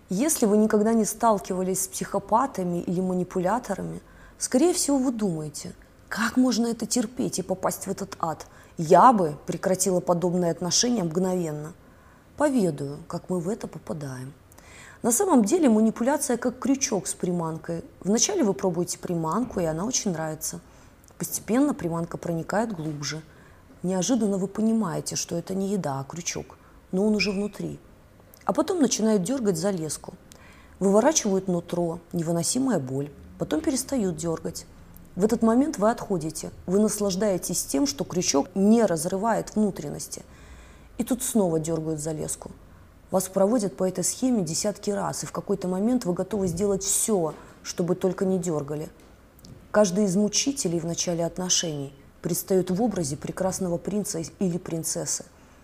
Если вы никогда не сталкивались с психопатами или манипуляторами, скорее всего, вы думаете, как можно это терпеть и попасть в этот ад? Я бы прекратила подобные отношения мгновенно. Поведаю, как мы в это попадаем. На самом деле манипуляция как крючок с приманкой. Вначале вы пробуете приманку, и она очень нравится. Постепенно приманка проникает глубже. Неожиданно вы понимаете, что это не еда, а крючок, но он уже внутри. А потом начинают дергать за леску. Выворачивают нутро, невыносимая боль, потом перестают дергать. В этот момент вы отходите, вы наслаждаетесь тем, что крючок не разрывает внутренности. И тут снова дергают за леску. Вас проводят по этой схеме десятки раз, и в какой-то момент вы готовы сделать все, чтобы только не дергали. Каждый из мучителей в начале отношений предстает в образе прекрасного принца или принцессы.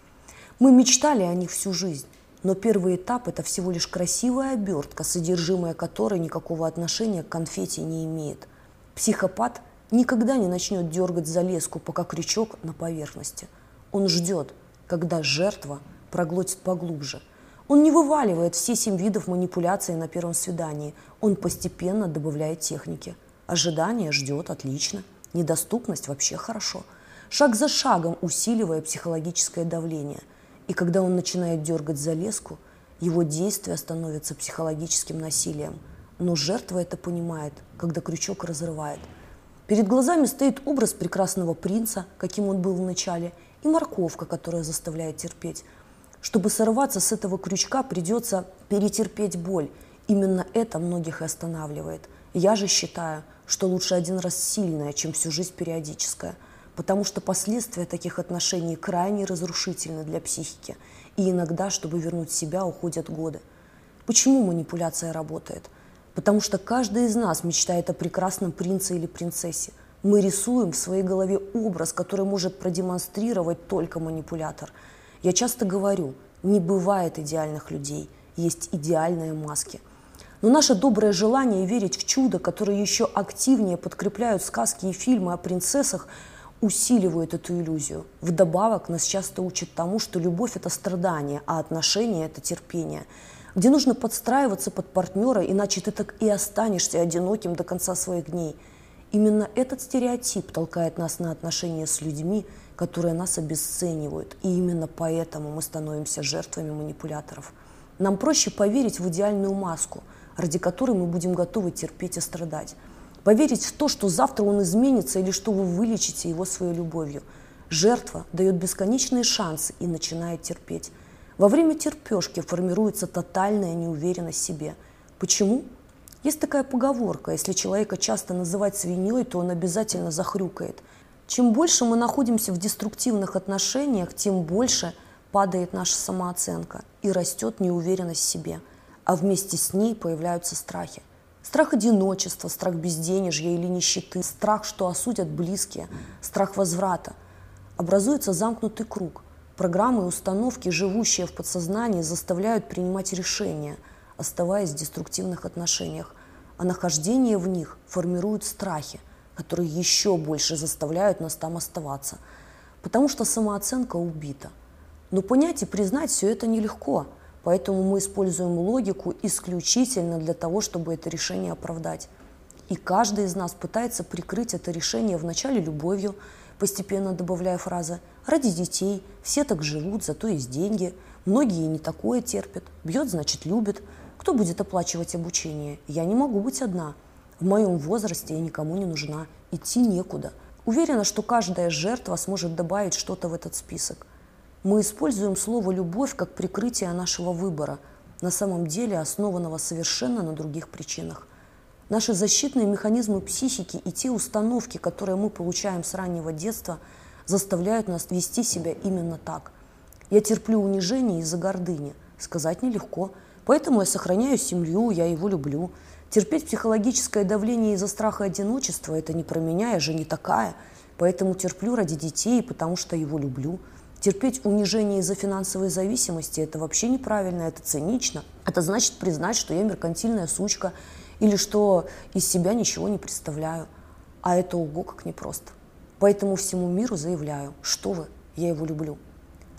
Мы мечтали о них всю жизнь, но первый этап – это всего лишь красивая обертка, содержимое которой никакого отношения к конфете не имеет. Психопат никогда не начнет дергать за леску, пока крючок на поверхности. Он ждет, когда жертва проглотит поглубже. Он не вываливает все 7 видов манипуляций на первом свидании. Он постепенно добавляет техники. Ожидание ждет, отлично. Недоступность вообще хорошо. Шаг за шагом усиливая психологическое давление. И когда он начинает дергать за леску, его действие становится психологическим насилием. Но жертва это понимает, когда крючок разрывает. Перед глазами стоит образ прекрасного принца, каким он был в начале, и морковка, которая заставляет терпеть. Чтобы сорваться с этого крючка, придется перетерпеть боль. Именно это многих и останавливает. Я же считаю, что лучше один раз сильное, чем всю жизнь периодическое. Потому что последствия таких отношений крайне разрушительны для психики. И иногда, чтобы вернуть себя, уходят годы. Почему манипуляция работает? Потому что каждый из нас мечтает о прекрасном принце или принцессе. Мы рисуем в своей голове образ, который может продемонстрировать только манипулятор. Я часто говорю, не бывает идеальных людей, есть идеальные маски. Но наше доброе желание верить в чудо, которое еще активнее подкрепляют сказки и фильмы о принцессах, усиливают эту иллюзию. Вдобавок нас часто учат тому, что любовь – это страдание, а отношения – это терпение. Где нужно подстраиваться под партнера, иначе ты так и останешься одиноким до конца своих дней. Именно этот стереотип толкает нас на отношения с людьми, которые нас обесценивают. И именно поэтому мы становимся жертвами манипуляторов. Нам проще поверить в идеальную маску, ради которой мы будем готовы терпеть и страдать. Поверить в то, что завтра он изменится или что вы вылечите его своей любовью. Жертва дает бесконечные шансы и начинает терпеть. Во время терпешки формируется тотальная неуверенность в себе. Почему? Есть такая поговорка: если человека часто называть свиньей, то он обязательно захрюкает. Чем больше мы находимся в деструктивных отношениях, тем больше падает наша самооценка и растет неуверенность в себе. А вместе с ней появляются страхи. Страх одиночества, страх безденежья или нищеты, страх, что осудят близкие, страх возврата. Образуется замкнутый круг. Программы и установки, живущие в подсознании, заставляют принимать решения, оставаясь в деструктивных отношениях, а нахождение в них формирует страхи, которые еще больше заставляют нас там оставаться, потому что самооценка убита. Но понять и признать все это нелегко, поэтому мы используем логику исключительно для того, чтобы это решение оправдать. И каждый из нас пытается прикрыть это решение вначале любовью, постепенно добавляя фразы «ради детей», «все так живут, зато есть деньги», «многие не такое терпят», «бьет, значит любит», «кто будет оплачивать обучение», «я не могу быть одна», «в моем возрасте я никому не нужна», «идти некуда». Уверена, что каждая жертва сможет добавить что-то в этот список. Мы используем слово «любовь» как прикрытие нашего выбора, на самом деле основанного совершенно на других причинах. Наши защитные механизмы психики и те установки, которые мы получаем с раннего детства, заставляют нас вести себя именно так. Я терплю унижение из-за гордыни. Сказать нелегко. Поэтому я сохраняю семью, я его люблю. Терпеть психологическое давление из-за страха одиночества – это не про меня, я же не такая. Поэтому терплю ради детей, потому что его люблю. Терпеть унижение из-за финансовой зависимости – это вообще неправильно, это цинично. Это значит признать, что я меркантильная сучка, или что из себя ничего не представляю. А это ого как непросто. Поэтому всему миру заявляю, что вы, я его люблю.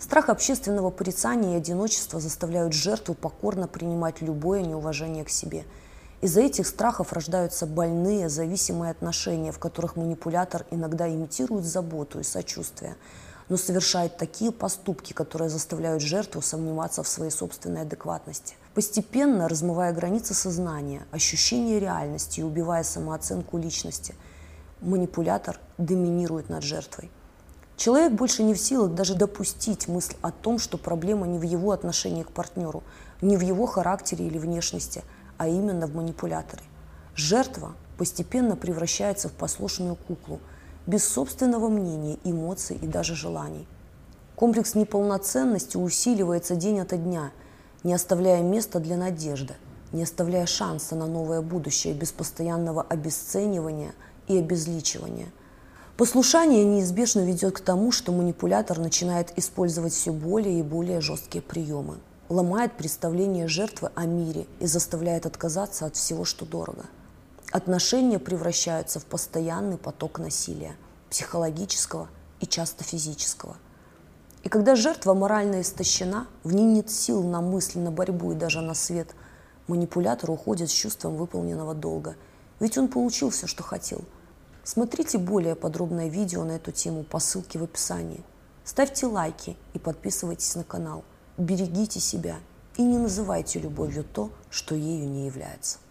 Страх общественного порицания и одиночества заставляют жертву покорно принимать любое неуважение к себе. Из-за этих страхов рождаются больные, зависимые отношения, в которых манипулятор иногда имитирует заботу и сочувствие, но совершает такие поступки, которые заставляют жертву сомневаться в своей собственной адекватности. Постепенно размывая границы сознания, ощущение реальности и убивая самооценку личности, манипулятор доминирует над жертвой. Человек больше не в силах даже допустить мысль о том, что проблема не в его отношении к партнеру, не в его характере или внешности, а именно в манипуляторе. Жертва постепенно превращается в послушную куклу, без собственного мнения, эмоций и даже желаний. Комплекс неполноценности усиливается день ото дня, не оставляя места для надежды, не оставляя шанса на новое будущее без постоянного обесценивания и обезличивания. Послушание неизбежно ведет к тому, что манипулятор начинает использовать все более и более жесткие приемы, ломает представление жертвы о мире и заставляет отказаться от всего, что дорого. Отношения превращаются в постоянный поток насилия, психологического и часто физического. И когда жертва морально истощена, в ней нет сил на мысли, на борьбу и даже на свет, манипулятор уходит с чувством выполненного долга, ведь он получил все, что хотел. Смотрите более подробное видео на эту тему по ссылке в описании. Ставьте лайки и подписывайтесь на канал. Берегите себя и не называйте любовью то, что ею не является.